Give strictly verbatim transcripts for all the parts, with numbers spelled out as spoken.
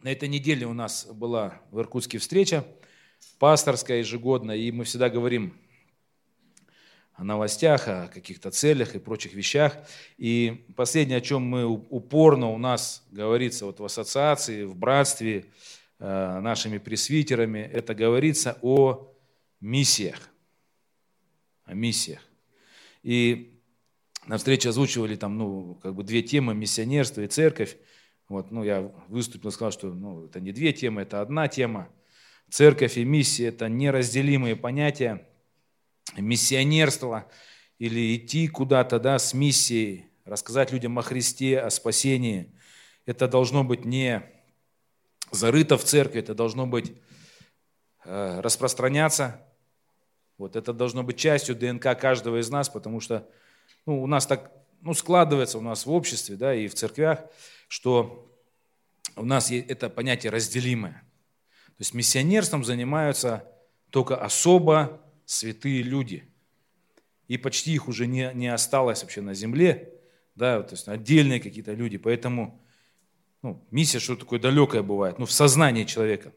На этой неделе у нас была в Иркутске встреча пасторская ежегодная, и мы всегда говорим о новостях, о каких-то целях и прочих вещах. И последнее, о чем мы упорно у нас говорится вот в ассоциации, в братстве, э, нашими пресвитерами, это говорится о миссиях. О миссиях. И на встрече озвучивали там, ну, как бы две темы: миссионерство и церковь. Вот, ну, я выступил, сказал, что ну, это не две темы, это одна тема. Церковь и миссия – это неразделимые понятия. Миссионерство или идти куда-то, да, с миссией, рассказать людям о Христе, о спасении, это должно быть не зарыто в церкви, это должно быть э, распространяться. Вот, это должно быть частью ДНК каждого из нас, потому что ну, у нас так ну, складывается у нас в обществе, да, и в церквях, что у нас есть это понятие разделимое. То есть миссионерством занимаются только особо святые люди. И почти их уже не, не осталось вообще на земле, да, то есть отдельные какие-то люди. Поэтому ну, миссия что-то такое далекое бывает, ну, в сознании человека.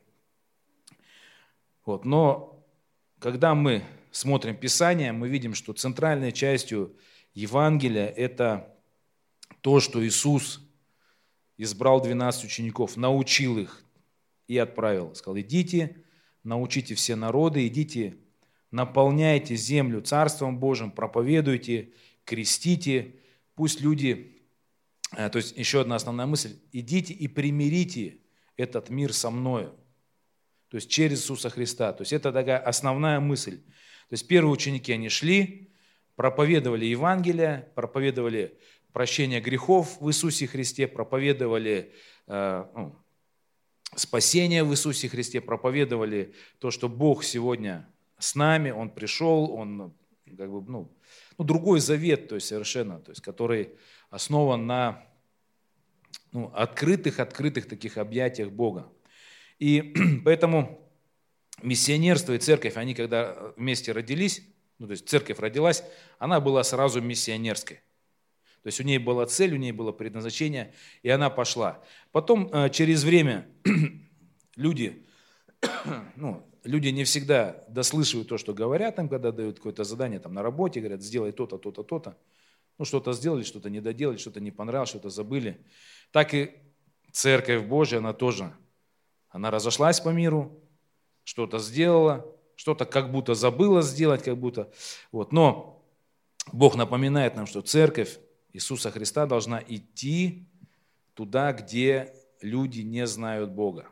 Вот, но когда мы смотрим Писание, мы видим, что центральной частью Евангелия это то, что Иисус избрал двенадцать учеников, научил их и отправил. Сказал: идите, научите все народы, идите, наполняйте землю Царством Божьим, проповедуйте, крестите. Пусть люди, то есть еще одна основная мысль: идите и примирите этот мир со мною. То есть через Иисуса Христа. То есть это такая основная мысль. То есть первые ученики, они шли, проповедовали Евангелие, проповедовали прощение грехов в Иисусе Христе, проповедовали э, ну, спасение в Иисусе Христе, проповедовали то, что Бог сегодня с нами, Он пришел, Он как бы, ну, ну, другой завет, то есть совершенно, то есть, который основан на ну, открытых, открытых таких объятиях Бога. И поэтому миссионерство и церковь, они когда вместе родились, ну, то есть церковь родилась, она была сразу миссионерской. То есть у нее была цель, у нее было предназначение, и она пошла. Потом через время люди, ну, люди не всегда дослышивают то, что говорят им, когда дают какое-то задание там, на работе, говорят: сделай то-то, то-то, то-то. Ну, что-то сделали, что-то не доделали, что-то не понравилось, что-то забыли. Так и Церковь Божья, она тоже, она разошлась по миру, что-то сделала, что-то как будто забыла сделать, как будто. Вот. Но Бог напоминает нам, что Церковь Иисуса Христа должна идти туда, где люди не знают Бога.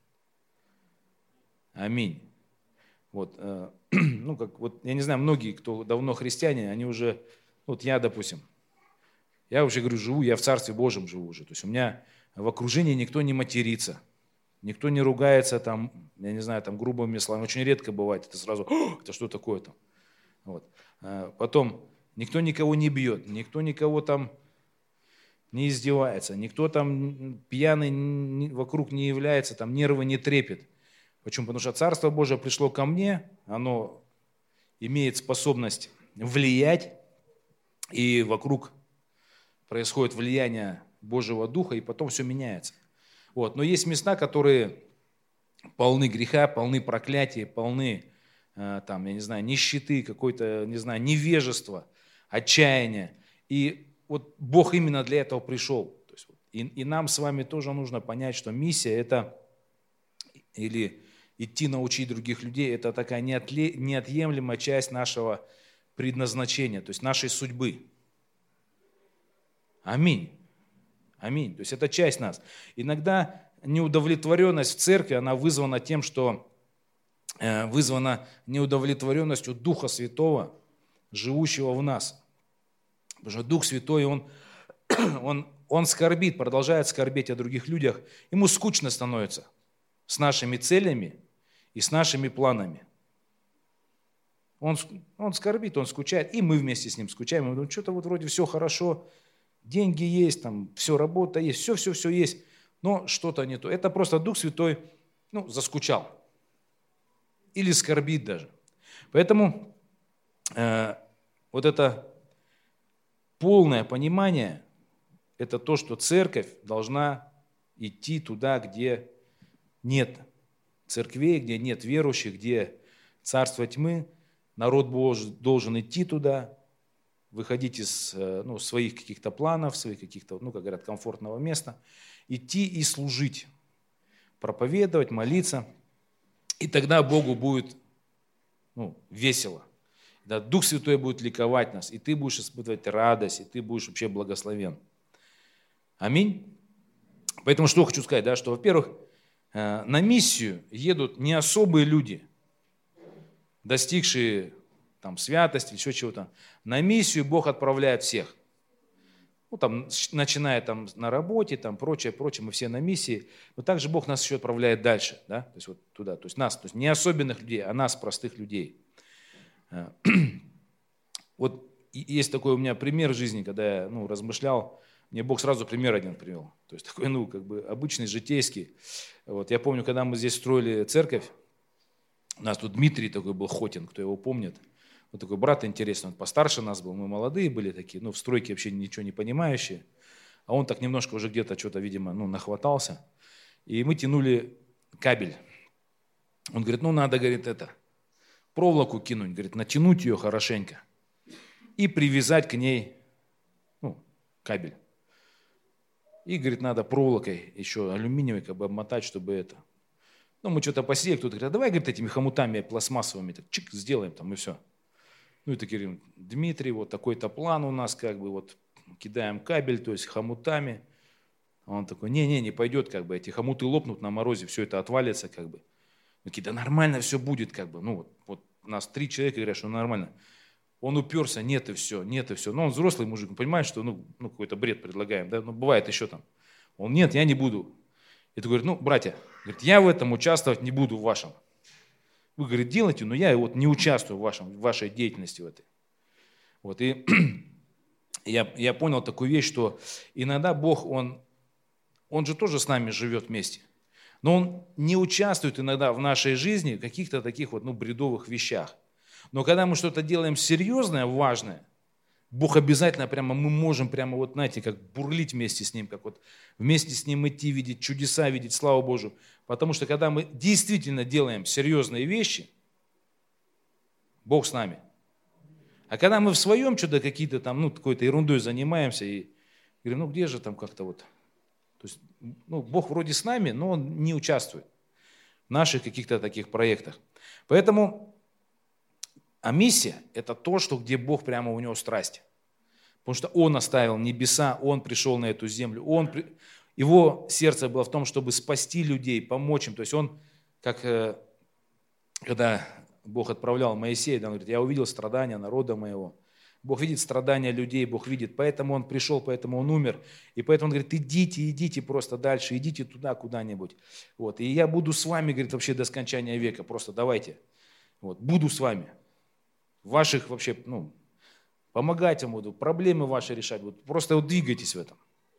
Аминь. Вот, э, ну, как, вот, я не знаю, многие, кто давно христиане, они уже, вот я, допустим, я уже, говорю, живу, я в Царстве Божьем живу уже. То есть у меня в окружении никто не матерится, никто не ругается, там, я не знаю, там, грубыми словами. Очень редко бывает, это сразу: это что такое там? Вот. Потом, никто никого не бьет, никто никого там не издевается, никто там пьяный вокруг не является, там нервы не трепет. Почему? Потому что Царство Божие пришло ко мне, оно имеет способность влиять, и вокруг происходит влияние Божьего Духа, и потом все меняется. Вот. Но есть места, которые полны греха, полны проклятия, полны, там, я не знаю, нищеты, какой-то, не знаю, невежества, отчаяния. И вот Бог именно для этого пришел. То есть, и, и нам с вами тоже нужно понять, что миссия – это, или идти научить других людей, это такая неотле, неотъемлемая часть нашего предназначения, то есть нашей судьбы. Аминь. Аминь. То есть это часть нас. Иногда неудовлетворенность в церкви, она вызвана тем, что э, вызвана неудовлетворенностью Духа Святого, живущего в нас. Потому что Дух Святой, он, он, он скорбит, продолжает скорбеть о других людях. Ему скучно становится с нашими целями и с нашими планами. Он, он скорбит, он скучает, и мы вместе с ним скучаем. Мы думаем: что-то вот вроде все хорошо, деньги есть, там, все, работа есть, все-все-все есть, но что-то не то. Это просто Дух Святой, ну, заскучал. Или скорбит даже. Поэтому э, вот это полное понимание, это то, что церковь должна идти туда, где нет церквей, где нет верующих, где царство тьмы, народ Божий должен идти туда, выходить из ну, своих каких-то планов, своих каких-то, ну, как говорят, комфортного места, идти и служить, проповедовать, молиться. И тогда Богу будет ну, весело. Да, Дух Святой будет ликовать нас, и ты будешь испытывать радость, и ты будешь вообще благословен. Аминь. Поэтому что хочу сказать, да, что, во-первых, на миссию едут не особые люди, достигшие там, святости, еще чего-то. На миссию Бог отправляет всех. Ну, там, начиная там, на работе, там, прочее, прочее, мы все на миссии. Но также Бог нас еще отправляет дальше, да? То есть вот туда, то есть нас, то есть не особенных людей, а нас, простых людей. Вот есть такой у меня пример в жизни, когда я ну, размышлял, мне Бог сразу пример один привел. То есть такой, ну, как бы обычный, житейский. Вот, я помню, когда мы здесь строили церковь, у нас тут Дмитрий такой был Хотин, кто его помнит. Вот такой брат интересный, он постарше нас был, мы молодые были такие, ну, в стройке вообще ничего не понимающие. А он так немножко уже где-то что-то, видимо, ну, нахватался. И мы тянули кабель. Он говорит, ну, надо, говорит, это, проволоку кинуть, говорит, натянуть ее хорошенько и привязать к ней, ну, кабель. И, говорит, надо проволокой еще алюминиевой как бы обмотать, чтобы это. Ну, мы что-то посеяли, кто-то говорит, а давай, говорит, этими хомутами пластмассовыми, так чик, сделаем там и все. Ну и такие говорим, Дмитрий, вот такой-то план у нас, как бы вот кидаем кабель, то есть хомутами. А он такой, не-не, не пойдет, как бы эти хомуты лопнут на морозе, все это отвалится, как бы. Мы такие, да нормально все будет, как бы. Ну вот, вот у нас три человека говорят, что нормально. Он уперся, нет и все, нет и все. Но он взрослый мужик, он понимает, что ну, ну какой-то бред предлагаем, да, ну бывает еще там. Он, нет, я не буду. И ты говоришь, ну, братья, говорит, я в этом участвовать не буду в вашем. Вы, говорит, делайте, но я вот не участвую в, вашем, в вашей деятельности в этой. Вот, и я, я понял такую вещь, что иногда Бог, он, он же тоже с нами живет вместе. Но Он не участвует иногда в нашей жизни в каких-то таких вот, ну, бредовых вещах. Но когда мы что-то делаем серьезное, важное, Бог обязательно прямо, мы можем прямо вот, знаете, как бурлить вместе с Ним, как вот вместе с Ним идти, видеть чудеса, видеть славу Божию. Потому что когда мы действительно делаем серьезные вещи, Бог с нами. А когда мы в своем что-то какие-то там, ну, какой-то ерундой занимаемся и говорим, ну, где же там как-то вот. То есть, ну, Бог вроде с нами, но Он не участвует в наших каких-то таких проектах. Поэтому... А миссия – это то, что где Бог прямо у него страсть. Потому что Он оставил небеса, Он пришел на эту землю. Он, его сердце было в том, чтобы спасти людей, помочь им. То есть Он, как когда Бог отправлял Моисея, он говорит, я увидел страдания народа моего. Бог видит страдания людей, Бог видит. Поэтому Он пришел, поэтому Он умер. И поэтому Он говорит, идите, идите просто дальше, идите туда куда-нибудь. Вот. И я буду с вами, говорит, вообще до скончания века. Просто давайте. Вот. Буду с вами. Ваших вообще, ну, помогать вам буду, проблемы ваши решать буду. Просто вот двигайтесь в этом.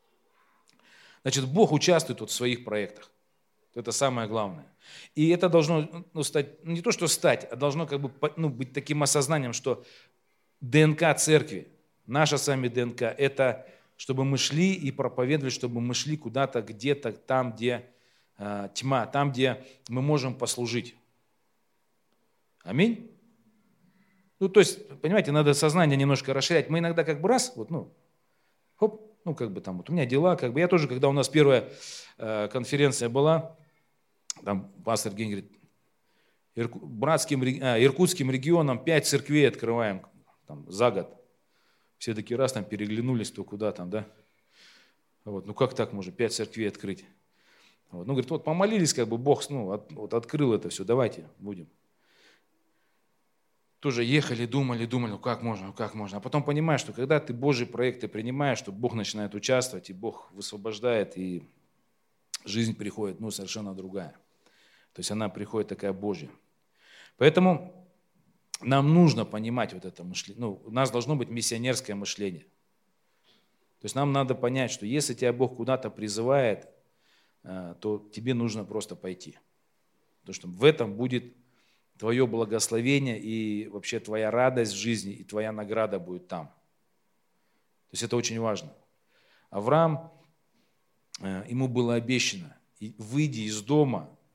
Значит, Бог участвует вот в своих проектах. Это самое главное. И это должно ну, стать, не то что стать, а должно как бы ну, быть таким осознанием, что ДНК церкви, наша с вами ДНК, это чтобы мы шли и проповедовали, чтобы мы шли куда-то, где-то там, где э, тьма, там, где мы можем послужить. Аминь. Ну, то есть, понимаете, надо сознание немножко расширять. Мы иногда как бы раз, вот, ну, хоп, ну, как бы там, вот у меня дела, как бы, я тоже, когда у нас первая э, конференция была, там пастор Евгений говорит, Ирку, братским, а, иркутским регионом пять церквей открываем там, за год. Все такие раз там переглянулись, то куда там, да. Вот, ну, как так можно пять церквей открыть? Вот, ну, говорит, вот помолились, как бы Бог, ну, от, вот открыл это все, давайте будем. Тоже ехали, думали, думали, ну как можно, ну как можно. А потом понимаешь, что когда ты Божьи проекты принимаешь, что Бог начинает участвовать, и Бог высвобождает, и жизнь приходит, ну, совершенно другая. То есть она приходит такая Божья. Поэтому нам нужно понимать вот это мышление. Ну, у нас должно быть миссионерское мышление. То есть нам надо понять, что если тебя Бог куда-то призывает, то тебе нужно просто пойти. Потому что в этом будет твое благословение и вообще твоя радость в жизни, и твоя награда будет там. То есть это очень важно. Авраам, ему было обещано, выйди из дома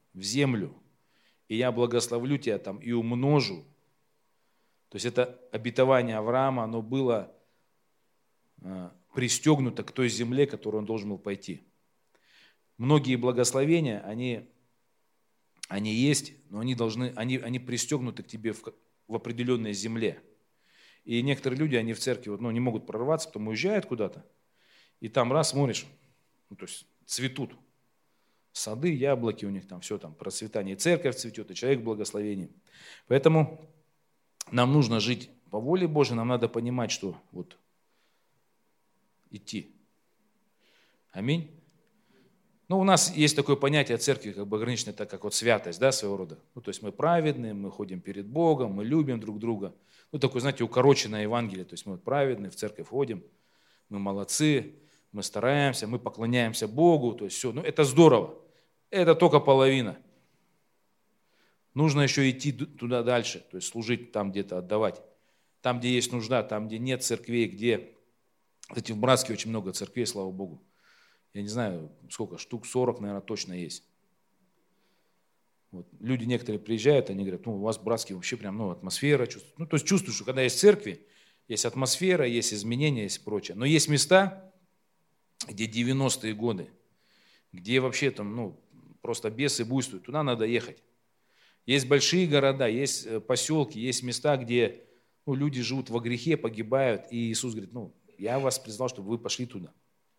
в землю, и я благословлю тебя там и умножу. То есть это обетование Авраама, оно было э, пристегнуто к той земле, которую он должен был пойти. Многие благословения, они, они есть, но они, должны, они, они пристегнуты к тебе в, в определенной земле. И некоторые люди, они в церкви вот, ну, не могут прорваться, потом уезжают куда-то, и там раз смотришь, ну, то есть цветут сады, яблоки у них, там все там процветание, и церковь цветет, и человек в благословении. Поэтому нам нужно жить по воле Божьей, нам надо понимать, что вот идти. Аминь. Ну, у нас есть такое понятие церкви, как бы ограниченное, так как вот святость, да, своего рода. Ну, то есть мы праведные, мы ходим перед Богом, мы любим друг друга. Ну, такое, знаете, укороченное Евангелие. То есть мы вот праведные, в церковь ходим, мы молодцы, мы стараемся, мы поклоняемся Богу. То есть все, ну, это здорово. Это только половина. Нужно еще идти туда дальше, то есть служить там где-то, отдавать. Там, где есть нужда, там, где нет церквей, где... Кстати, в Братске очень много церквей, слава Богу. Я не знаю, сколько, штук сорок, наверное, точно есть. Вот. Люди некоторые приезжают, они говорят, ну, у вас в Братске вообще прям, ну, атмосфера. Чувствует. Ну, то есть чувствуешь, что когда есть церкви, есть атмосфера, есть изменения, есть прочее. Но есть места, где девяностые годы, где вообще там, ну, просто бесы буйствуют, туда надо ехать. Есть большие города, есть поселки, есть места, где, ну, люди живут во грехе, погибают, и Иисус говорит, ну, я вас призвал, чтобы вы пошли туда.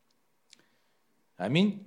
Аминь.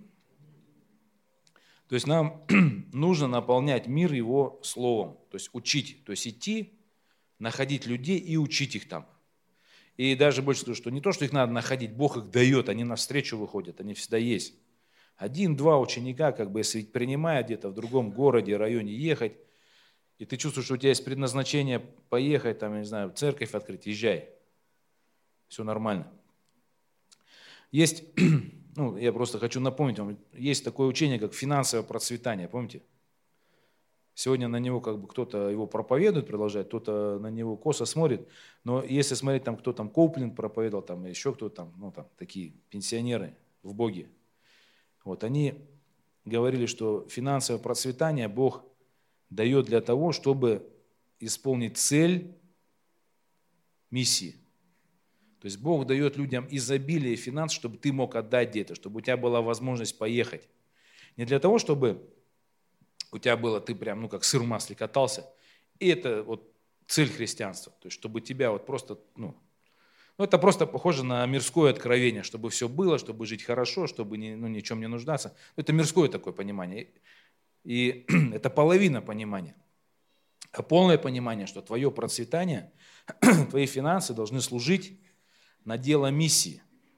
То есть нам нужно наполнять мир Его Словом, то есть учить, то есть идти, находить людей и учить их там. И даже больше скажу, что не то, что их надо находить, Бог их дает, они навстречу выходят, они всегда есть. Один-два ученика, как бы, если принимают где-то в другом городе, районе ехать, и ты чувствуешь, что у тебя есть предназначение поехать, там, я не знаю, церковь открыть, езжай. Все нормально. Есть, ну, я просто хочу напомнить вам, есть такое учение, как финансовое процветание, помните? Сегодня на него как бы кто-то его проповедует, продолжает, кто-то на него косо смотрит, но если смотреть, там, кто там Коупленд проповедовал, там, еще кто-то там, ну, там, такие пенсионеры в Боге, вот, они говорили, что финансовое процветание Бог дает для того, чтобы исполнить цель миссии. То есть Бог дает людям изобилие финансов, чтобы ты мог отдать где-то, чтобы у тебя была возможность поехать. Не для того, чтобы у тебя было, ты прям, ну, как сыр в масле катался. И это вот цель христианства. То есть чтобы тебя вот просто, ну, ну это просто похоже на мирское откровение, чтобы все было, чтобы жить хорошо, чтобы ни, ну, ни в чем не нуждаться. Это мирское такое понимание. И это половина понимания. А полное понимание, что твое процветание, твои финансы должны служить на дело миссии.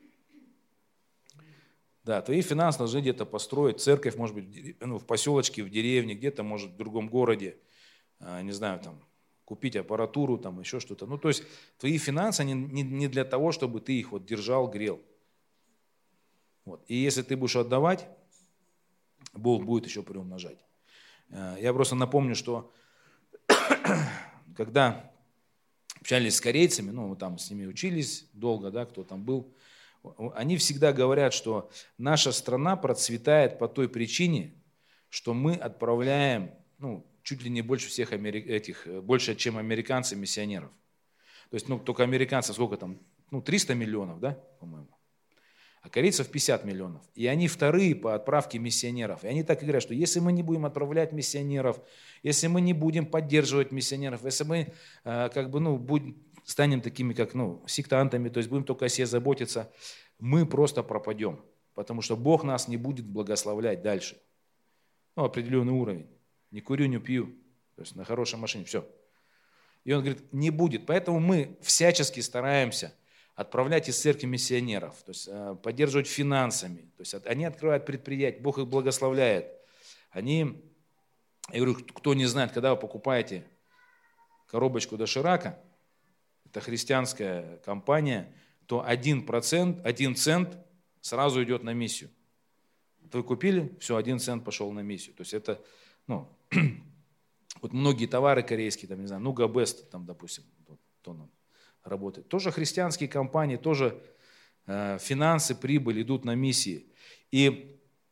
Да, твои финансы должны где-то построить церковь, может быть, ну, в поселочке, в деревне, где-то, может, в другом городе, не знаю, там, купить аппаратуру, там, еще что-то. Ну, то есть твои финансы, они не для того, чтобы ты их вот держал, грел. Вот. И если ты будешь отдавать, Бог будет еще приумножать. Я просто напомню, что когда общались с корейцами, ну, мы там с ними учились долго, да, кто там был, они всегда говорят, что наша страна процветает по той причине, что мы отправляем, ну, чуть ли не больше всех амери... этих, больше, чем американцы, миссионеров. То есть, ну, только американцев сколько там, ну, триста миллионов, да, по-моему, а корейцев пятьдесят миллионов. И они вторые по отправке миссионеров. И они так и говорят, что если мы не будем отправлять миссионеров, если мы не будем поддерживать миссионеров, если мы, как бы, ну, будем... станем такими, как, ну, сектантами, то есть будем только о себе заботиться, мы просто пропадем, потому что Бог нас не будет благословлять дальше. Ну, определенный уровень. Не курю, не пью, то есть на хорошей машине, все. И он говорит, не будет. Поэтому мы всячески стараемся отправлять из церкви миссионеров, то есть поддерживать финансами. То есть они открывают предприятия, Бог их благословляет. Они, я говорю, кто не знает, когда вы покупаете коробочку доширака, это христианская компания, то один процент, один цент сразу идет на миссию. Вы купили, все, один цент пошел на миссию. То есть это, ну, вот многие товары корейские, там, не знаю, Nuga Best, там, допустим, кто нам работает. Тоже христианские компании, тоже э, финансы, прибыль идут на миссии. И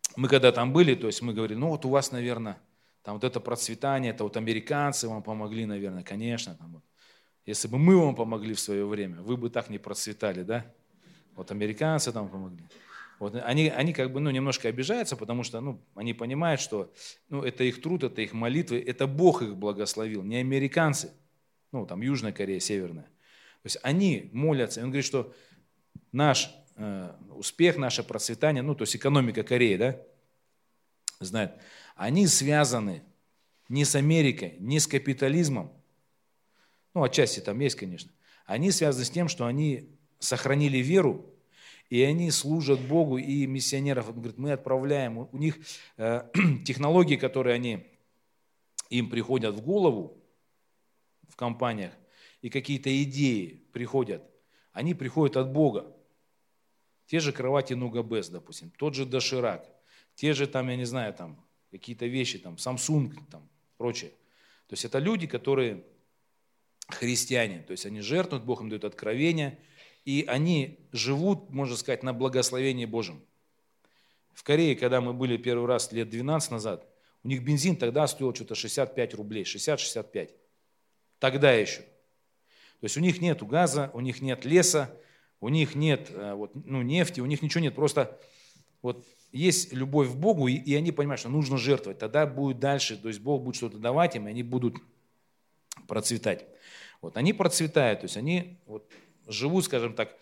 мы когда там были, то есть мы говорили, ну вот у вас, наверное, там вот это процветание, это вот американцы вам помогли, наверное, конечно. Там вот. Если бы мы вам помогли в свое время, вы бы так не процветали, да? Вот американцы там помогли. Вот они, они как бы ну, немножко обижаются, потому что ну, они понимают, что ну, это их труд, это их молитвы, это Бог их благословил, не американцы. Ну, там Южная Корея, Северная. То есть они молятся. И он говорит, что наш э, успех, наше процветание, ну, то есть экономика Кореи, да, знает, они связаны не с Америкой, не с капитализмом, ну, отчасти там есть, конечно, они связаны с тем, что они сохранили веру, и они служат Богу и миссионеров. Он говорит, мы отправляем, у них э, технологии, которые они, им приходят в голову в компаниях, и какие-то идеи приходят, они приходят от Бога. Те же кровати Нугабес, допустим, тот же Доширак, те же там, я не знаю, там какие-то вещи, там Samsung, там прочее. То есть это люди, которые христиане, то есть они жертвуют, Бог им дает откровения, и они живут, можно сказать, на благословении Божьем. В Корее, когда мы были первый раз лет двенадцать назад, у них бензин тогда стоил что-то шестьдесят пять рублей, шестьдесят - шестьдесят пять. Тогда еще. То есть у них нет газа, у них нет леса, у них нет вот, ну, нефти, у них ничего нет. Просто вот есть любовь к Богу, и, и они понимают, что нужно жертвовать. Тогда будет дальше, то есть Бог будет что-то давать им, и они будут процветать. Вот, они процветают, то есть они вот, живут, скажем так,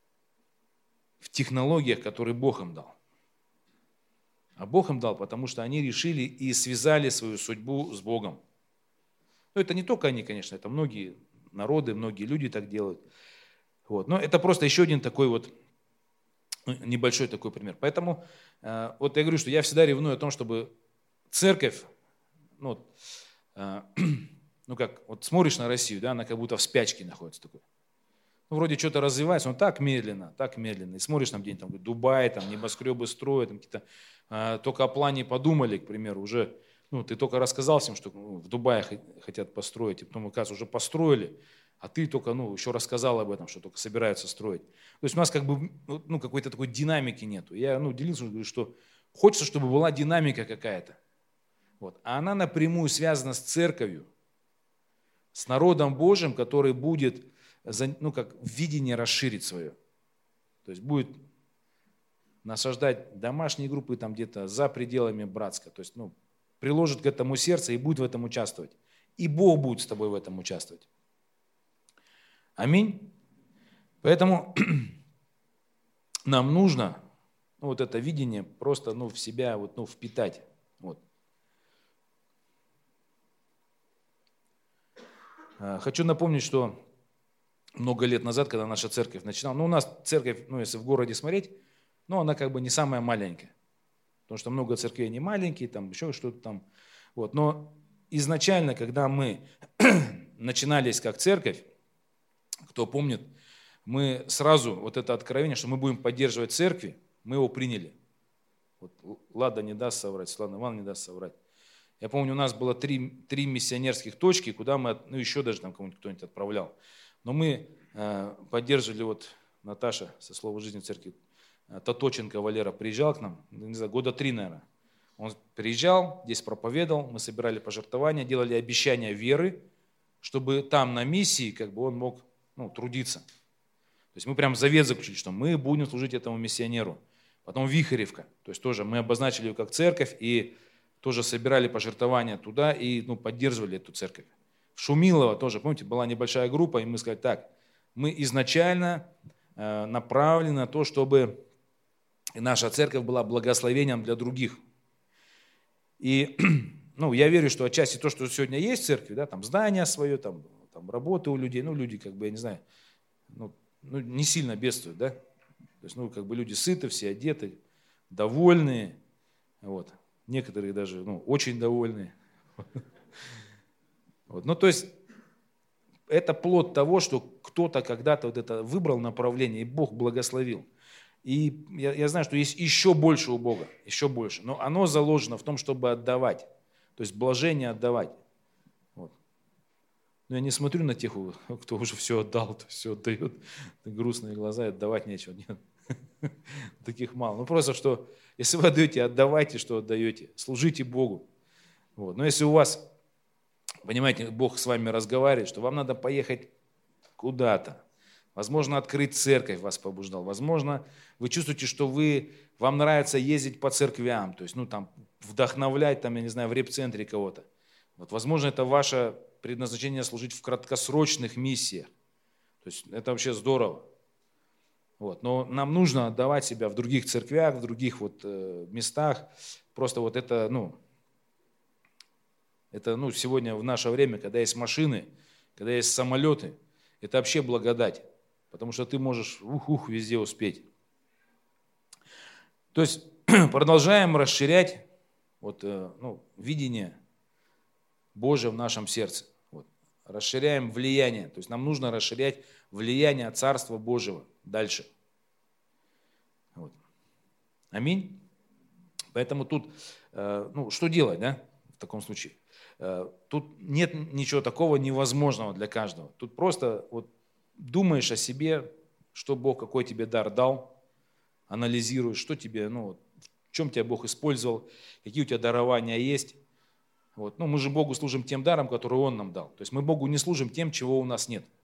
в технологиях, которые Бог им дал. А Бог им дал, потому что они решили и связали свою судьбу с Богом. Но это не только они, конечно, это многие народы, многие люди так делают. Вот. Но это просто еще один такой вот небольшой такой пример. Поэтому э, вот я говорю, что я всегда ревную о том, чтобы церковь, ну, э, ну как, вот смотришь на Россию, да, она как будто в спячке находится такой. Ну, вроде что-то развивается, но так медленно, так медленно. И смотришь там где-нибудь, там, Дубай, там небоскребы строят, там какие-то, э, только о плане подумали, к примеру, уже, ну, ты только рассказал всем, что ну, в Дубае хотят построить, и потом, оказывается, уже построили, а ты только, ну, еще рассказал об этом, что только собираются строить. То есть у нас как бы, ну, какой-то такой динамики нету. Я, ну, делился, говорю, что хочется, чтобы была динамика какая-то. Вот. А она напрямую связана с церковью, с народом Божьим, который будет, ну, как видение расширить свое. То есть будет насаждать домашние группы там где-то за пределами Братска. То есть, ну, приложит к этому сердце и будет в этом участвовать. И Бог будет с тобой в этом участвовать. Аминь. Поэтому нам нужно ну, вот это видение просто ну, в себя вот, ну, впитать. Вот. Хочу напомнить, что много лет назад, когда наша церковь начинала, ну у нас церковь, ну если в городе смотреть, ну она как бы не самая маленькая, потому что много церквей не маленькие, там еще что-то там. Вот. Но изначально, когда мы начинались как церковь, кто помнит, мы сразу, вот это откровение, что мы будем поддерживать церкви, мы его приняли. Вот Лада не даст соврать, Светлана Ивановна не даст соврать. Я помню, у нас было три, три миссионерских точки, куда мы, ну еще даже там кому-нибудь кто-нибудь отправлял. Но мы э, поддерживали, вот Наташа со Слова жизни церкви, э, Таточенко Валера приезжал к нам, не знаю, года три, наверное. Он приезжал, здесь проповедовал, мы собирали пожертвования, делали обещания веры, чтобы там на миссии как бы он мог ну, трудиться. То есть мы прям завет заключили, что мы будем служить этому миссионеру. Потом Вихаревка, то есть тоже мы обозначили ее как церковь и тоже собирали пожертвования туда и ну, поддерживали эту церковь. В Шумилово тоже, помните, была небольшая группа, и мы сказали, так, мы изначально э, направлены на то, чтобы наша церковь была благословением для других. И ну, я верю, что отчасти то, что сегодня есть в церкви, да, там здание свое, там, там работа у людей, ну люди, как бы, я не знаю, ну, ну, не сильно бедствуют, да? То есть, ну, как бы люди сыты, все одеты, довольные, вот. Некоторые даже, ну, очень довольные. Вот. Ну, то есть, это плод того, что кто-то когда-то вот это выбрал направление, и Бог благословил. И я, я знаю, что есть еще больше у Бога, еще больше. Но оно заложено в том, чтобы отдавать. То есть, блажение отдавать. Вот. Но я не смотрю на тех, кто уже все отдал, то все отдает. Грустные глаза, отдавать нечего. Нет. Таких мало. Ну просто что, если вы отдаете, отдавайте, что отдаете. Служите Богу. Вот. Но если у вас, понимаете, Бог с вами разговаривает, что вам надо поехать куда-то. Возможно, открыть церковь вас побуждал. Возможно, вы чувствуете, что вы, вам нравится ездить по церквям, то есть, ну, там, вдохновлять, там, я не знаю, в реп-центре кого-то. Вот, возможно, это ваше предназначение служить в краткосрочных миссиях. То есть, это вообще здорово. Вот. Но нам нужно отдавать себя в других церквях, в других вот, э, местах. Просто вот это, ну, это, ну, сегодня в наше время, когда есть машины, когда есть самолеты, это вообще благодать. Потому что ты можешь ух-ух везде успеть. То есть продолжаем расширять вот, ну, видение Божие в нашем сердце. Вот. Расширяем влияние. То есть нам нужно расширять влияние Царства Божьего дальше. Вот. Аминь. Поэтому тут, ну, что делать, да, в таком случае? Тут нет ничего такого невозможного для каждого. Тут просто вот думаешь о себе, что Бог, какой тебе дар дал, анализируешь, что тебе, ну, в чем тебя Бог использовал, какие у тебя дарования есть. Вот. Ну, мы же Богу служим тем даром, который Он нам дал. То есть мы Богу не служим тем, чего у нас нет.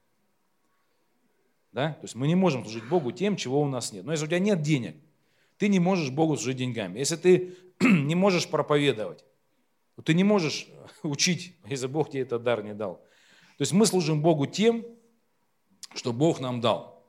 Да? То есть мы не можем служить Богу тем, чего у нас нет. Но если у тебя нет денег, ты не можешь Богу служить деньгами. Если ты не можешь проповедовать, то ты не можешь учить, если Бог тебе этот дар не дал. То есть мы служим Богу тем, что Бог нам дал.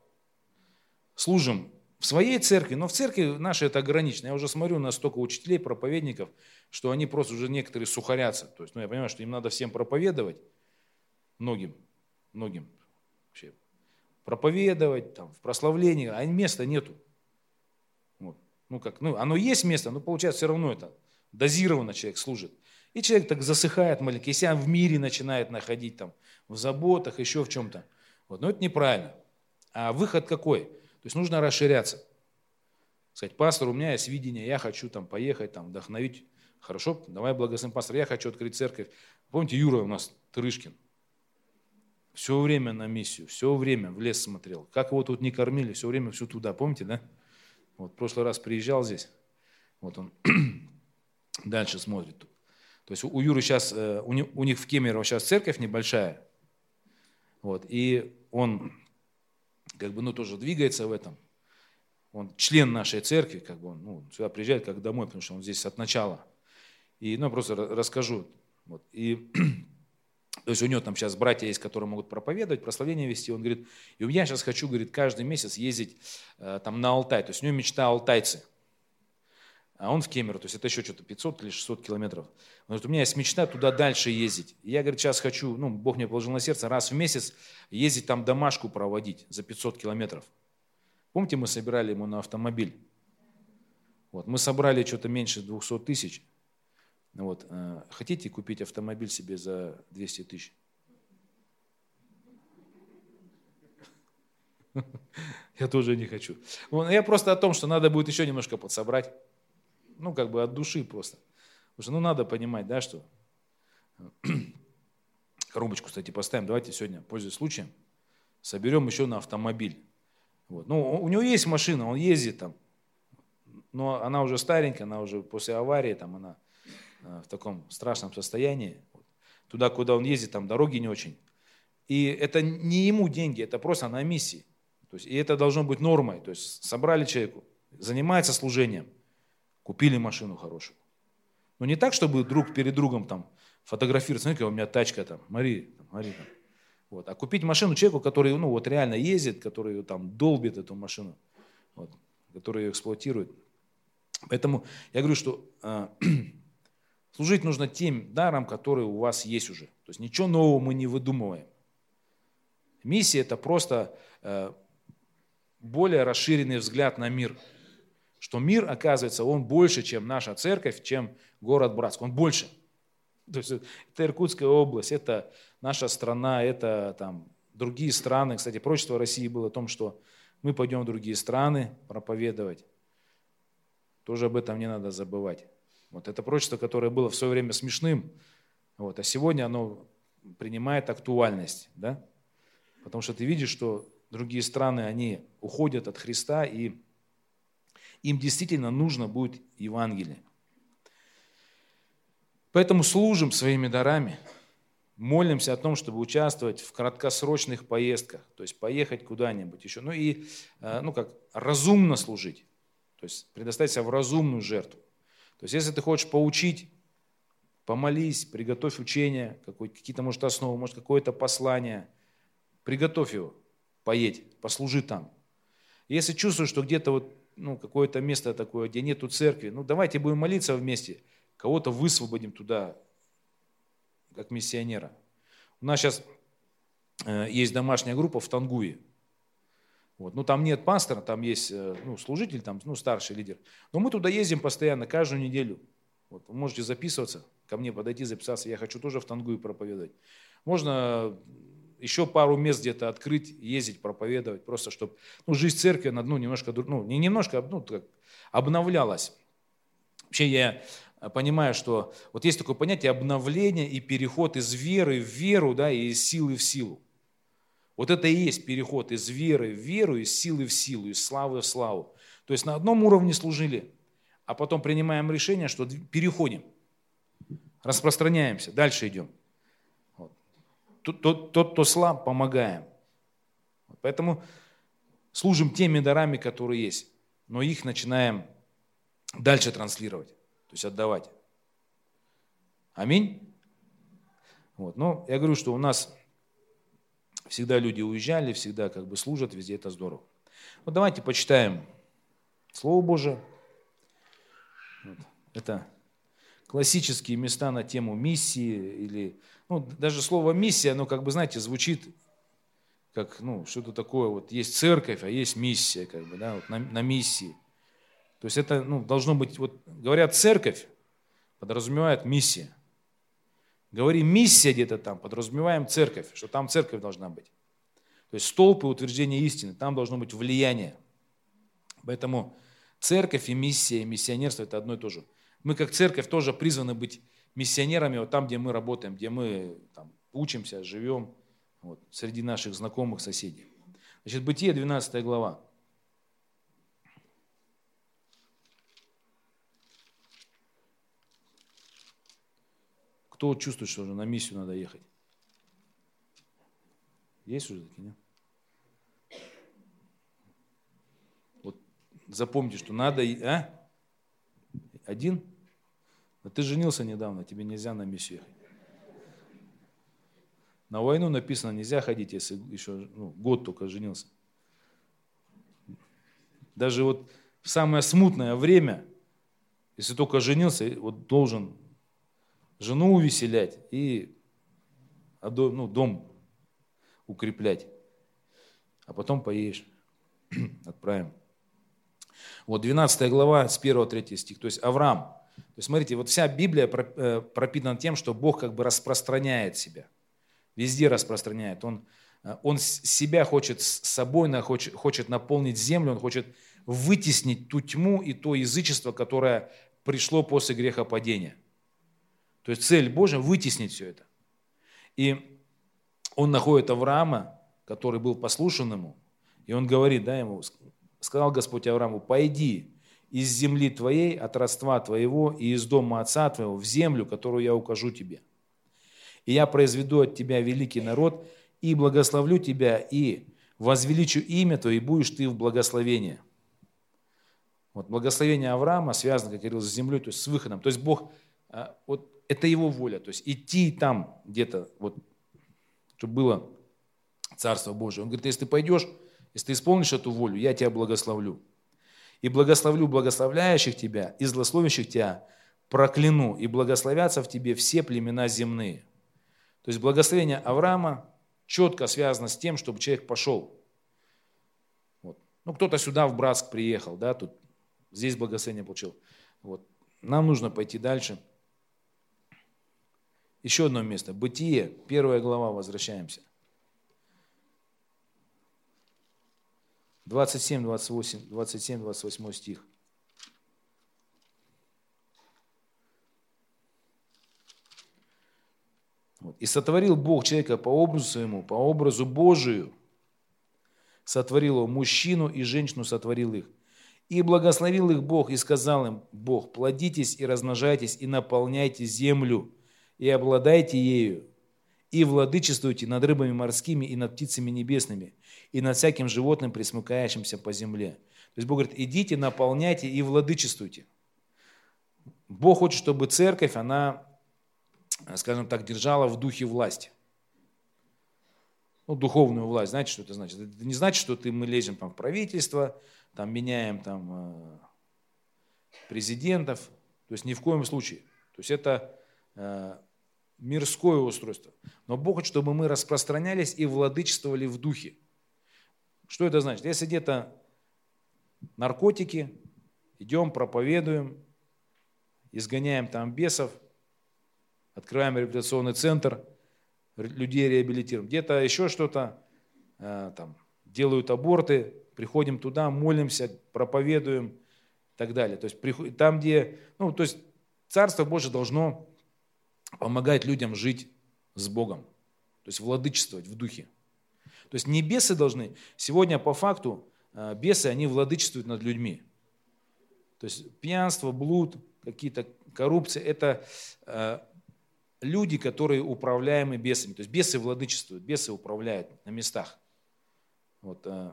Служим в своей церкви, но в церкви нашей это ограничено. Я уже смотрю на столько учителей, проповедников, что они просто уже некоторые сухарятся. То есть, ну, я понимаю, что им надо всем проповедовать, многим, многим вообще, проповедовать там, в прославлении, а места нету. Вот. Ну, как, ну, оно есть место, но получается все равно это дозированно человек служит. И человек так засыхает маленько, и себя в мире начинает находить, там, в заботах, еще в чем-то. Вот. Но это неправильно. А выход какой? То есть нужно расширяться. Сказать, пастор, у меня есть видение, я хочу там поехать, там, вдохновить. Хорошо, давай благословим, пастор, я хочу открыть церковь. Помните, Юра у нас, Трышкин, все время на миссию, все время в лес смотрел. Как его тут не кормили, все время все туда, помните, да? Вот в прошлый раз приезжал здесь, вот он дальше смотрит тут. То есть у Юры сейчас, у них в Кемерово сейчас церковь небольшая, вот, и он как бы, ну, тоже двигается в этом. Он член нашей церкви, как бы он, ну, сюда приезжает как домой, потому что он здесь от начала. И, ну, я просто расскажу. Вот. И, то есть у него там сейчас братья есть, которые могут проповедовать, прославление вести. Он говорит, и я сейчас хочу, говорит, каждый месяц ездить э, там на Алтай. То есть у него мечта алтайцы. А он в Кемерово, то есть это еще что-то пятьсот или шестьсот километров. Он говорит, у меня есть мечта туда дальше ездить. И я, говорит, сейчас хочу, ну, Бог мне положил на сердце, раз в месяц ездить там домашку проводить за пятьсот километров. Помните, мы собирали ему на автомобиль? Вот, мы собрали что-то меньше двухсот тысяч. Вот, э, хотите купить автомобиль себе за двести тысяч? Я тоже не хочу. Я просто о том, что надо будет еще немножко подсобрать. Ну, как бы от души просто. Потому что, ну, надо понимать, да, что... Коробочку, кстати, поставим. Давайте сегодня, пользуясь случаем, соберем еще на автомобиль. Вот. Ну, у него есть машина, он ездит там. Но она уже старенькая, она уже после аварии, там она в таком страшном состоянии. Туда, куда он ездит, там дороги не очень. И это не ему деньги, это просто на миссии. То есть, и это должно быть нормой. То есть собрали человеку, занимается служением, купили машину хорошую. Но не так, чтобы друг перед другом там фотографировать, смотри, какая у меня тачка там, смотри, смотри там. Вот. А купить машину человеку, который, ну, вот реально ездит, который там долбит эту машину, вот, который ее эксплуатирует. Поэтому я говорю, что э, служить нужно тем даром, который у вас есть уже. То есть ничего нового мы не выдумываем. Миссия – это просто э, более расширенный взгляд на мир. Что мир, оказывается, он больше, чем наша церковь, чем город Братск. Он больше. То есть это Иркутская область, это наша страна, это там другие страны. Кстати, пророчество России было о том, что мы пойдем в другие страны проповедовать. Тоже об этом не надо забывать. Вот это пророчество, которое было в свое время смешным, вот, а сегодня оно принимает актуальность, да? Потому что ты видишь, что другие страны, они уходят от Христа, и Им действительно нужно будет Евангелие. Поэтому служим своими дарами, молимся о том, чтобы участвовать в краткосрочных поездках, то есть поехать куда-нибудь еще, ну и, ну как, разумно служить, то есть предоставить себя в разумную жертву. То есть если ты хочешь поучить, помолись, приготовь учение, какие-то, может, основы, может, какое-то послание, приготовь его, поедь, послужи там. Если чувствуешь, что где-то вот, ну, какое-то место такое, где нету церкви, ну давайте будем молиться вместе, кого-то высвободим туда, как миссионера. У нас сейчас э, есть домашняя группа в Тангуе. Вот. Ну, там нет пастора, там есть э, ну, служитель, там, ну, старший лидер. Но мы туда ездим постоянно, каждую неделю. Вот. Вы можете записываться, ко мне подойти, записаться. Я хочу тоже в Тангуе проповедовать. Можно еще пару мест где-то открыть, ездить, проповедовать, просто чтобы ну, жизнь церкви, ну, немножко, ну, не немножко, ну, как, обновлялась. Вообще я понимаю, что вот есть такое понятие обновления и переход из веры в веру, да, и из силы в силу. Вот это и есть переход из веры в веру, из силы в силу, из славы в славу. То есть на одном уровне служили, а потом принимаем решение, что переходим, распространяемся, дальше идем. Вот. Тот, тот, тот, кто слаб, помогаем. Поэтому служим теми дарами, которые есть, но их начинаем дальше транслировать, то есть отдавать. Аминь. Вот. Но я говорю, что у нас всегда люди уезжали, всегда как бы служат, везде это здорово. Вот давайте почитаем Слово Божие. Вот. Это классические места на тему миссии, или, ну, даже слово миссия, оно как бы, знаете, звучит как, ну, что-то такое, вот есть церковь, а есть миссия, как бы, да, вот на, на миссии. То есть это, ну, должно быть, вот говорят церковь, подразумевает миссия. Говорим миссия где-то там, подразумеваем церковь, что там церковь должна быть. То есть столб и утверждение истины, там должно быть влияние. Поэтому церковь и миссия, и миссионерство – это одно и то же. Мы как церковь тоже призваны быть миссионерами вот там, где мы работаем, где мы там, учимся, живем, вот, среди наших знакомых, соседей. Значит, Бытие, двенадцатая глава. Кто чувствует, что уже на миссию надо ехать? Есть уже такие, нет? Вот запомните, что надо... А? Один? А ты женился недавно, тебе нельзя на миссию ехать. На войну написано, нельзя ходить, если еще ну, год только женился. Даже вот в самое смутное время, если только женился, вот должен жену увеселять и ну, дом укреплять. А потом поедешь. Отправим. Вот двенадцатая глава, с первого по третий стих. То есть Авраам. То есть смотрите, вот вся Библия пропитана тем, что Бог как бы распространяет себя. Везде распространяет. Он, он себя хочет с собой, хочет, хочет наполнить землю, он хочет вытеснить ту тьму и то язычество, которое пришло после грехопадения. То есть цель Божья – вытеснить все это. И он находит Авраама, который был послушен ему, и он говорит, да, ему, сказал Господь Аврааму: «Пойди из земли твоей, от родства твоего и из дома отца твоего в землю, которую я укажу тебе. И я произведу от тебя великий народ, и благословлю тебя, и возвеличу имя твое, и будешь ты в благословении». Вот благословение Авраама связано, как я говорил, с землей, то есть с выходом. То есть Бог, вот это его воля, то есть идти там где-то, вот, чтобы было Царство Божие. Он говорит, если ты пойдешь, если ты исполнишь эту волю, я тебя благословлю. И благословлю благословляющих тебя, и злословящих тебя прокляну, и благословятся в тебе все племена земные. То есть благословение Авраама четко связано с тем, чтобы человек пошел. Вот. Ну, кто-то сюда в Братск приехал, да, тут, здесь благословение получил. Вот. Нам нужно пойти дальше. Еще одно место. Бытие, первая глава, возвращаемся. двадцать семь, двадцать восемь, двадцать семь, двадцать восемь стих. Вот. «И сотворил Бог человека по образу своему, по образу Божию, сотворил его, мужчину и женщину сотворил их. И благословил их Бог, и сказал им Бог: плодитесь и размножайтесь, и наполняйте землю, и обладайте ею, и владычествуйте над рыбами морскими, и над птицами небесными, и над всяким животным, пресмыкающимся по земле. То есть Бог говорит: идите, наполняйте и владычествуйте. Бог хочет, чтобы церковь, она, скажем так, держала в духе власть. Ну, духовную власть. Знаете, что это значит? Это не значит, что ты, мы лезем там в правительство, там, меняем там, президентов. То есть ни в коем случае. То есть это э, мирское устройство. Но Бог хочет, чтобы мы распространялись и владычествовали в духе. Что это значит? Если где-то наркотики, идем, проповедуем, изгоняем там бесов, открываем реабилитационный центр, людей реабилитируем. Где-то еще что-то, э, там, делают аборты, приходим туда, молимся, проповедуем и так далее. То есть там, где, ну, то есть Царство Божие должно помогать людям жить с Богом, то есть владычествовать в духе. То есть не бесы должны, сегодня по факту бесы, они владычествуют над людьми. То есть пьянство, блуд, какие-то коррупции, это э, люди, которые управляемы бесами. То есть бесы владычествуют, бесы управляют на местах. Вот, э,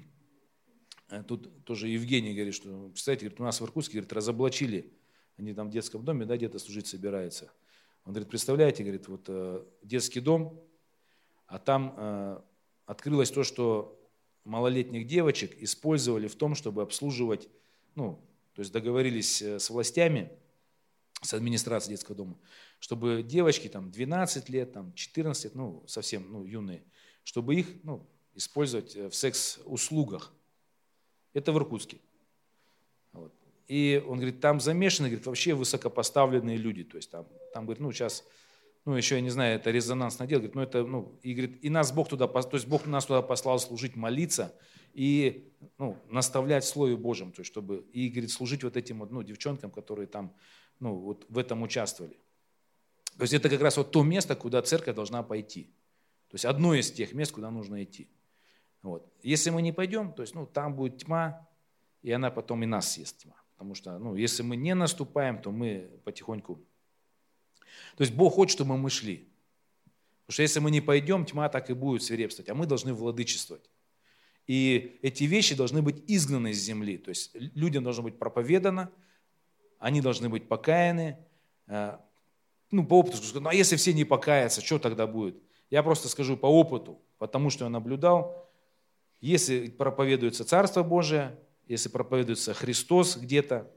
тут тоже Евгений говорит, что, представляете, говорит, у нас в Иркутске, говорит, разоблачили, они там в детском доме, да, где-то служить собираются. Он говорит: представляете, говорит, вот э, детский дом, а там э, открылось то, что малолетних девочек использовали в том, чтобы обслуживать, ну, то есть договорились с властями, с администрацией детского дома, чтобы девочки там двенадцать лет, там четырнадцать лет, ну, совсем, ну, юные, чтобы их, ну, использовать в секс-услугах. Это в Иркутске. Вот. И он говорит, там замешаны, говорит, вообще высокопоставленные люди. То есть там, там говорит, ну, сейчас, ну, еще, я не знаю, это резонансное дело. Говорит, ну, это, ну, и говорит, и нас Бог туда, то есть Бог нас туда послал служить, молиться и, ну, наставлять в Слове Божьем, то есть чтобы, и, говорит, служить вот этим вот, ну, девчонкам, которые там, ну, вот в этом участвовали. То есть это как раз вот то место, куда церковь должна пойти. То есть одно из тех мест, куда нужно идти. Вот. Если мы не пойдем, то есть, ну, там будет тьма, и она потом и нас съест, тьма. Потому что, ну, если мы не наступаем, то мы потихоньку... То есть Бог хочет, чтобы мы шли. Потому что если мы не пойдем, тьма так и будет свирепствовать, а мы должны владычествовать. И эти вещи должны быть изгнаны из земли. То есть людям должно быть проповедано, они должны быть покаяны. Ну, по опыту скажу, ну, а если все не покаятся, что тогда будет? Я просто скажу по опыту, потому что я наблюдал. Если проповедуется Царство Божие, если проповедуется Христос где-то,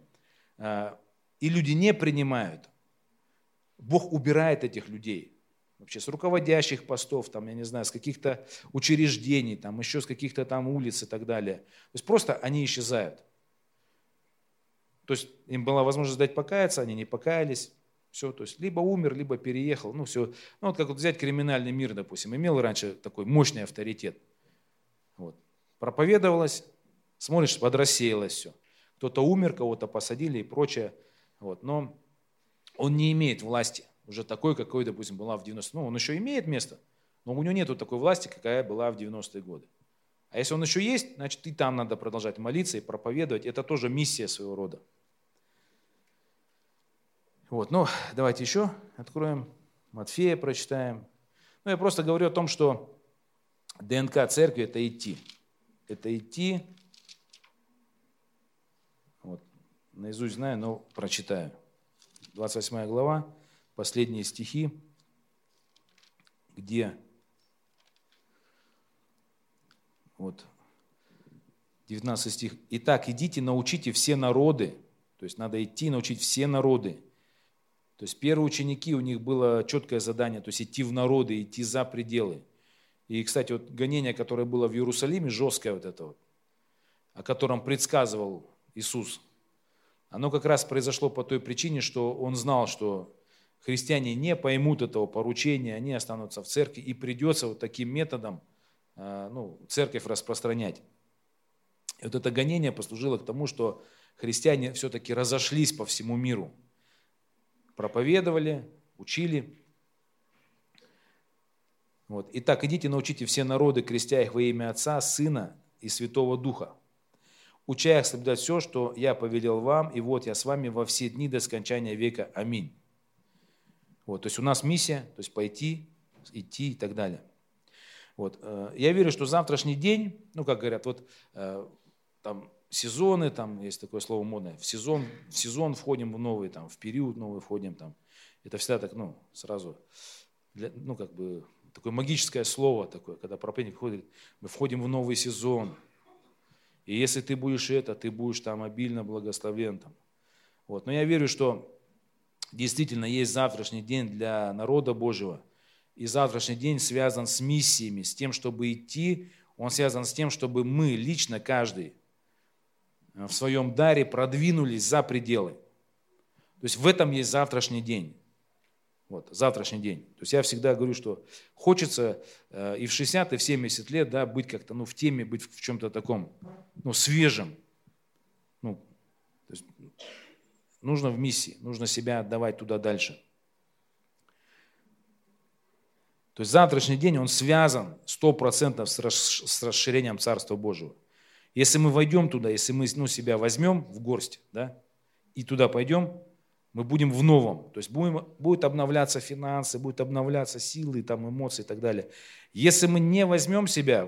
и люди не принимают, Бог убирает этих людей. Вообще с руководящих постов, там, я не знаю, с каких-то учреждений, там, еще с каких-то там улиц и так далее. То есть просто они исчезают. То есть им была возможность дать покаяться, они не покаялись. Все, то есть либо умер, либо переехал. Ну, все. Ну, вот как вот взять криминальный мир, допустим, имел раньше такой мощный авторитет. Вот. Проповедовалось, смотришь, подрассеялось все. Кто-то умер, кого-то посадили и прочее. Вот. Но он не имеет власти уже такой, какой, допустим, была в девяностые. Ну, он еще имеет место, но у него нет такой власти, какая была в девяностые годы. А если он еще есть, значит, и там надо продолжать молиться и проповедовать. Это тоже миссия своего рода. Вот, ну, давайте еще откроем. Матфея прочитаем. Ну, я просто говорю о том, что ДНК церкви – это идти. Это идти. Вот, наизусть знаю, но прочитаю. двадцать восьмая глава, последние стихи, где вот девятнадцатый стих. «Итак, идите, научите все народы». То есть надо идти, научить все народы. То есть первые ученики, у них было четкое задание, то есть идти в народы, идти за пределы. И, кстати, вот гонение, которое было в Иерусалиме, жесткое вот это вот, о котором предсказывал Иисус, оно как раз произошло по той причине, что он знал, что христиане не поймут этого поручения, они останутся в церкви, и придется вот таким методом, ну, церковь распространять. И вот это гонение послужило к тому, что христиане все-таки разошлись по всему миру. Проповедовали, учили. Вот. Итак, идите, научите все народы, крестя их во имя Отца, Сына и Святого Духа, уча их соблюдать все, что я повелел вам, и вот я с вами во все дни до скончания века. Аминь. Вот, то есть у нас миссия, то есть пойти, идти и так далее. Вот, я верю, что завтрашний день, ну, как говорят, вот там сезоны, там есть такое слово модное, в сезон, в сезон входим в новый, там, в период новый входим, там. Это всегда так, ну, сразу, для, ну, как бы, такое магическое слово такое, когда проповедник входит, мы входим в новый сезон. И если ты будешь это, ты будешь там обильно благословен. Там. Вот. Но я верю, что действительно есть завтрашний день для народа Божьего. И завтрашний день связан с миссиями, с тем, чтобы идти. Он связан с тем, чтобы мы лично, каждый, в своем даре продвинулись за пределы. То есть в этом есть завтрашний день. Вот, завтрашний день. То есть я всегда говорю, что хочется э, и в шестьдесят, и в семьдесят лет, да, быть как-то, ну, в теме, быть в чем-то таком, ну, свежем. Ну, то есть нужно в миссии, нужно себя отдавать туда дальше. То есть завтрашний день, он связан сто процентов с расширением Царства Божьего. Если мы войдем туда, если мы, ну, себя возьмем в горсть, да, и туда пойдем, мы будем в новом, то есть будем, будет обновляться финансы, будет обновляться силы, там, эмоции и так далее. Если мы не возьмем себя,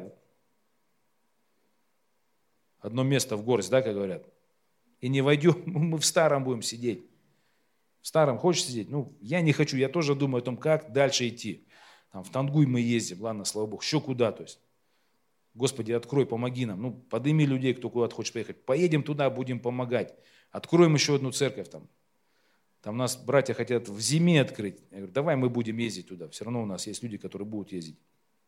одно место в горсть, да, как говорят, и не войдем, мы в старом будем сидеть. В старом хочешь сидеть? Ну, я не хочу, я тоже думаю о том, как дальше идти. Там, в Тангуй мы ездим, ладно, слава Богу, еще куда, то есть. Господи, открой, помоги нам. Ну, подними людей, кто куда хочет поехать. Поедем туда, будем помогать. Откроем еще одну церковь там. Там нас братья хотят в зиме открыть. Я говорю, давай мы будем ездить туда. Все равно у нас есть люди, которые будут ездить.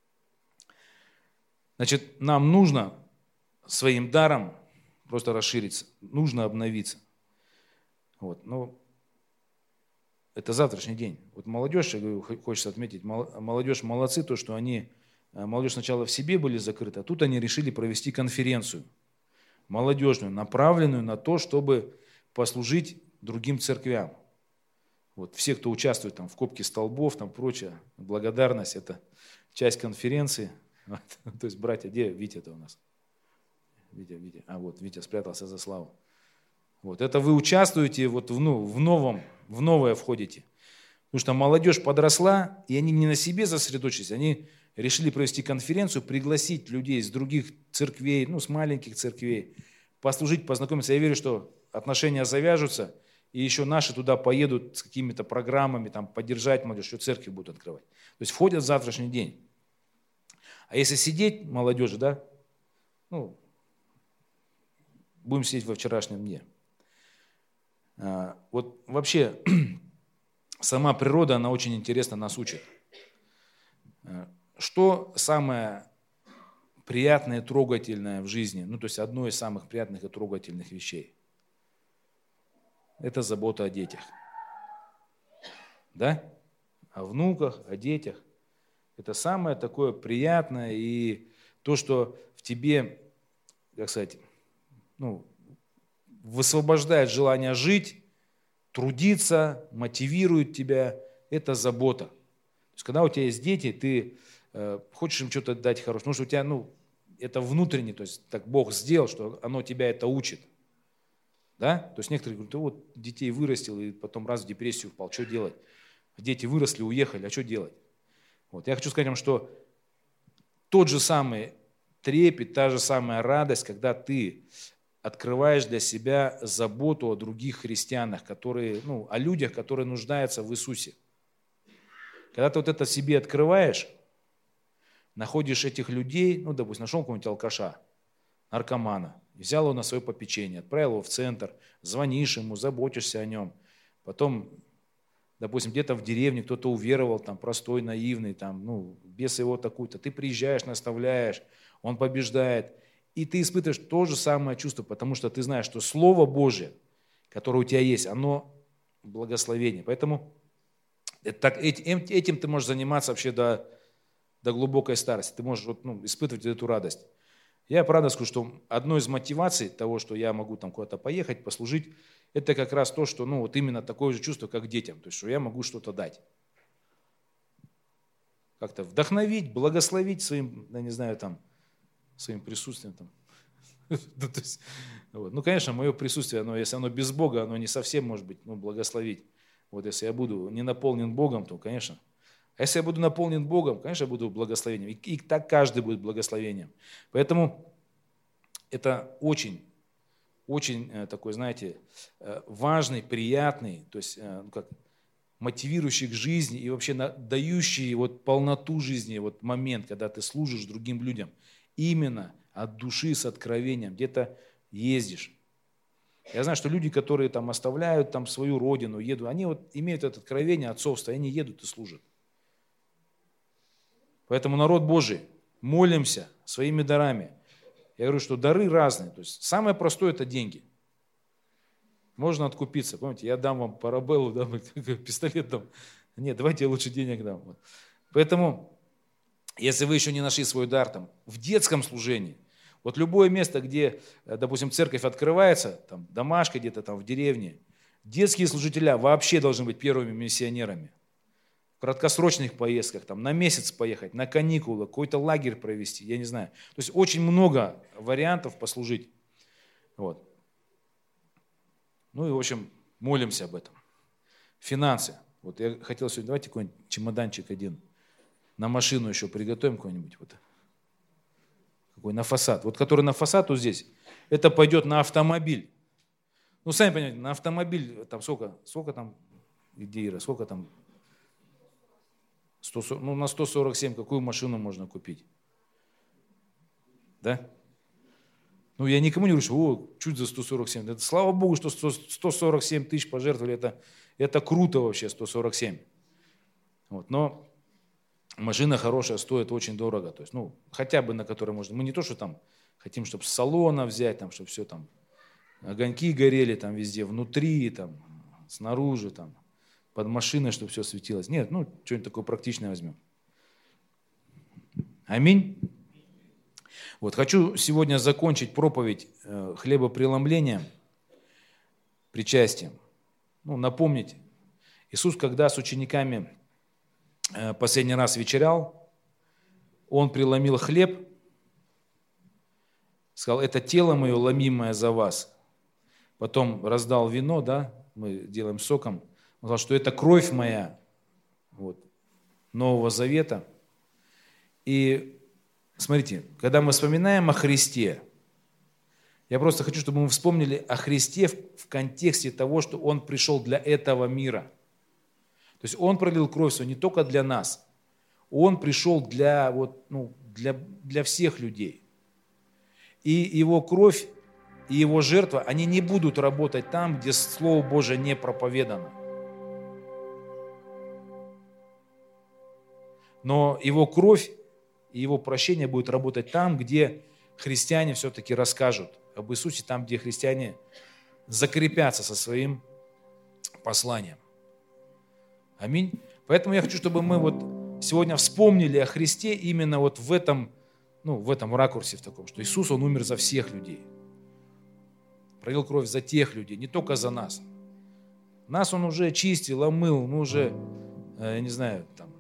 Значит, нам нужно своим даром просто расшириться. Нужно обновиться. Вот. Ну, это завтрашний день. Вот молодежь, я говорю, хочется отметить, молодежь молодцы, то, что они, молодежь сначала в себе были закрыты, а тут они решили провести конференцию молодежную, направленную на то, чтобы послужить другим церквям. Вот, все, кто участвует там, в копке столбов, там прочее, благодарность, это часть конференции. Вот. То есть, братья, где Витя-то у нас? Витя, Витя. А вот, Витя спрятался за славу. Вот, это вы участвуете вот в, ну, в новом, в новое входите. Потому что молодежь подросла, и они не на себе сосредоточились, они решили провести конференцию, пригласить людей из других церквей, ну, с маленьких церквей, послужить, познакомиться. Я верю, что отношения завяжутся, и еще наши туда поедут с какими-то программами, там, поддержать молодежь, что церкви будут открывать. То есть входят в завтрашний день. А если сидеть, молодежи, да, ну, будем сидеть во вчерашнем дне. Вот вообще сама природа, она очень интересно нас учит. Что самое приятное и трогательное в жизни, ну, то есть одно из самых приятных и трогательных вещей? Это забота о детях. Да? О внуках, о детях. Это самое такое приятное и то, что в тебе, как сказать, ну, высвобождает желание жить, трудиться, мотивирует тебя. Это забота. То есть, когда у тебя есть дети, ты э, хочешь им что-то дать хорошее, потому что у тебя, ну, это внутренне, то есть так Бог сделал, что оно тебя это учит. Да? То есть некоторые говорят, вот детей вырастил и потом раз в депрессию впал, что делать? Дети выросли, уехали, а что делать? Вот. Я хочу сказать вам, что тот же самый трепет, та же самая радость, когда ты открываешь для себя заботу о других христианах, которые, ну, о людях, которые нуждаются в Иисусе. Когда ты вот это себе открываешь, находишь этих людей, ну, допустим, нашел какого-нибудь алкаша, наркомана, взял его на свое попечение, отправил его в центр, звонишь ему, заботишься о нем. Потом, допустим, где-то в деревне кто-то уверовал, там, простой, наивный, там, ну, без его такую-то. Ты приезжаешь, наставляешь, он побеждает. И ты испытываешь то же самое чувство, потому что ты знаешь, что Слово Божие, которое у тебя есть, оно благословение. Поэтому это, этим, этим ты можешь заниматься вообще до, до глубокой старости. Ты можешь вот, ну, испытывать эту радость. Я правда скажу, что одной из мотиваций того, что я могу там куда-то поехать, послужить, это как раз то, что, ну, вот именно такое же чувство, как детям, то есть, что я могу что-то дать. Как-то вдохновить, благословить своим, я не знаю, там, своим присутствием. Там. Ну, то есть, вот. Ну, конечно, мое присутствие, оно, если оно без Бога, оно не совсем может быть, ну, благословить. Вот если я буду не наполнен Богом, то, конечно. А если я буду наполнен Богом, конечно, я буду благословением. И, и так каждый будет благословением. Поэтому это очень, очень э, такой, знаете, э, важный, приятный, то есть, э, ну, как мотивирующий к жизни и вообще на, дающий вот полноту жизни, вот момент, когда ты служишь другим людям. Именно от души, с откровением, где-то ездишь. Я знаю, что люди, которые там оставляют там свою родину, едут, они вот имеют это откровение отцовства, они едут и служат. Поэтому народ Божий, молимся своими дарами. Я говорю, что дары разные. То есть самое простое – это деньги. Можно откупиться. Помните, я дам вам парабеллу, дам пистолет дам. Нет, давайте я лучше денег дам. Поэтому, если вы еще не нашли свой дар там, в детском служении, вот любое место, где, допустим, церковь открывается, там, домашка где-то там в деревне, детские служителя вообще должны быть первыми миссионерами. В краткосрочных поездках, там, на месяц поехать, на каникулы, какой-то лагерь провести, я не знаю. То есть очень много вариантов послужить. Вот. Ну и, в общем, молимся об этом. Финансы. Вот я хотел сегодня, давайте какой-нибудь чемоданчик один на машину еще приготовим какой-нибудь. Вот. Какой на фасад. Вот который на фасад вот здесь, это пойдет на автомобиль. Ну, сами понимаете, на автомобиль, там сколько, сколько там, где Ира, сколько там, сто сорок, ну, на сто сорок семь какую машину можно купить? Да? Ну, я никому не говорю, что о, чуть за сто сорок семь. Это, слава Богу, что сто сорок семь тысяч пожертвовали, это, это круто вообще, сто сорок семь. Вот, но машина хорошая стоит очень дорого. То есть, ну, хотя бы на которой можно. Мы не то, что там хотим, чтобы с салона взять, там, чтобы все там, огоньки горели там везде, внутри, там, снаружи, там, под машиной, чтобы все светилось. Нет, ну, что-нибудь такое практичное возьмем. Аминь. Вот, хочу сегодня закончить проповедь э, хлебопреломлением, причастием. Ну, напомнить, Иисус, когда с учениками э, последний раз вечерял, Он преломил хлеб, сказал, это тело мое, ломимое за вас. Потом раздал вино, да, мы делаем соком. Он сказал, что это кровь моя, вот, Нового Завета. И смотрите, когда мы вспоминаем о Христе, я просто хочу, чтобы мы вспомнили о Христе в, в контексте того, что Он пришел для этого мира. То есть Он пролил кровь свою не только для нас, Он пришел для, вот, ну, для, для всех людей. И Его кровь и Его жертва, они не будут работать там, где Слово Божие не проповедано. Но Его кровь и Его прощение будет работать там, где христиане все-таки расскажут об Иисусе, там, где христиане закрепятся со своим посланием. Аминь. Поэтому я хочу, чтобы мы вот сегодня вспомнили о Христе именно вот в этом, ну, в этом ракурсе, в таком, что Иисус, Он умер за всех людей. Пролил кровь за тех людей, не только за нас. Нас Он уже чистил, омыл, мы уже, я не знаю, там,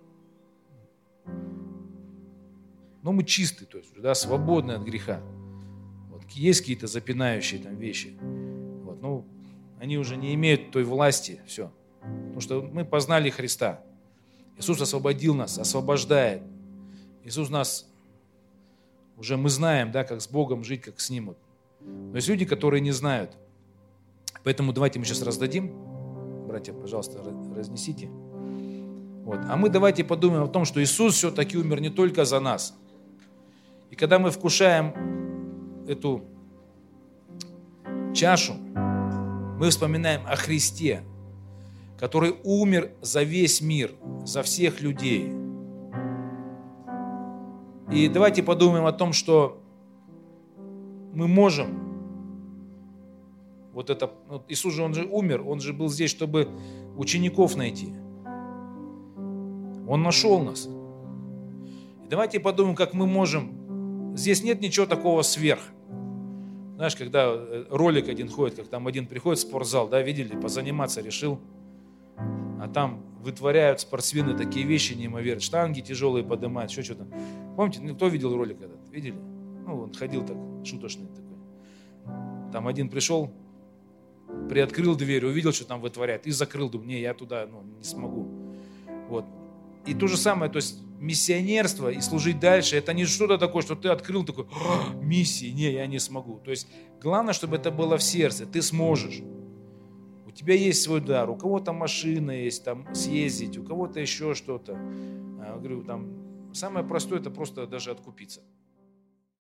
но мы чисты, то есть, да, свободны от греха. Вот, есть какие-то запинающие там вещи. Вот, ну, они уже не имеют той власти, все. Потому что мы познали Христа. Иисус освободил нас, освобождает. Иисус нас, уже мы знаем, да, как с Богом жить, как с Ним. Вот. Но есть люди, которые не знают. Поэтому давайте мы сейчас раздадим. Братья, пожалуйста, разнесите. Вот. А мы давайте подумаем о том, что Иисус все-таки умер не только за нас. И когда мы вкушаем эту чашу, мы вспоминаем о Христе, который умер за весь мир, за всех людей. И давайте подумаем о том, что мы можем, вот это, вот Иисус же, Он же умер, Он же был здесь, чтобы учеников найти. Он нашел нас. И давайте подумаем, как мы можем. Здесь нет ничего такого сверх. Знаешь, когда ролик один ходит, как там один приходит в спортзал, да, видели, позаниматься решил, а там вытворяют спортсмены такие вещи неимоверные, штанги тяжелые поднимают, еще что-то. Помните, ну, кто видел ролик этот? Видели? Ну, он ходил так, шуточный такой. Там один пришел, приоткрыл дверь, увидел, что там вытворяет, и закрыл. Думаю, не, я туда ну, не смогу. Вот. И то же самое, то есть миссионерство и служить дальше, это не что-то такое, что ты открыл такой, миссии, не, я не смогу. То есть главное, чтобы это было в сердце, ты сможешь. У тебя есть свой дар, у кого-то машина есть, там съездить, у кого-то еще что-то. Я говорю, там самое простое, это просто даже откупиться.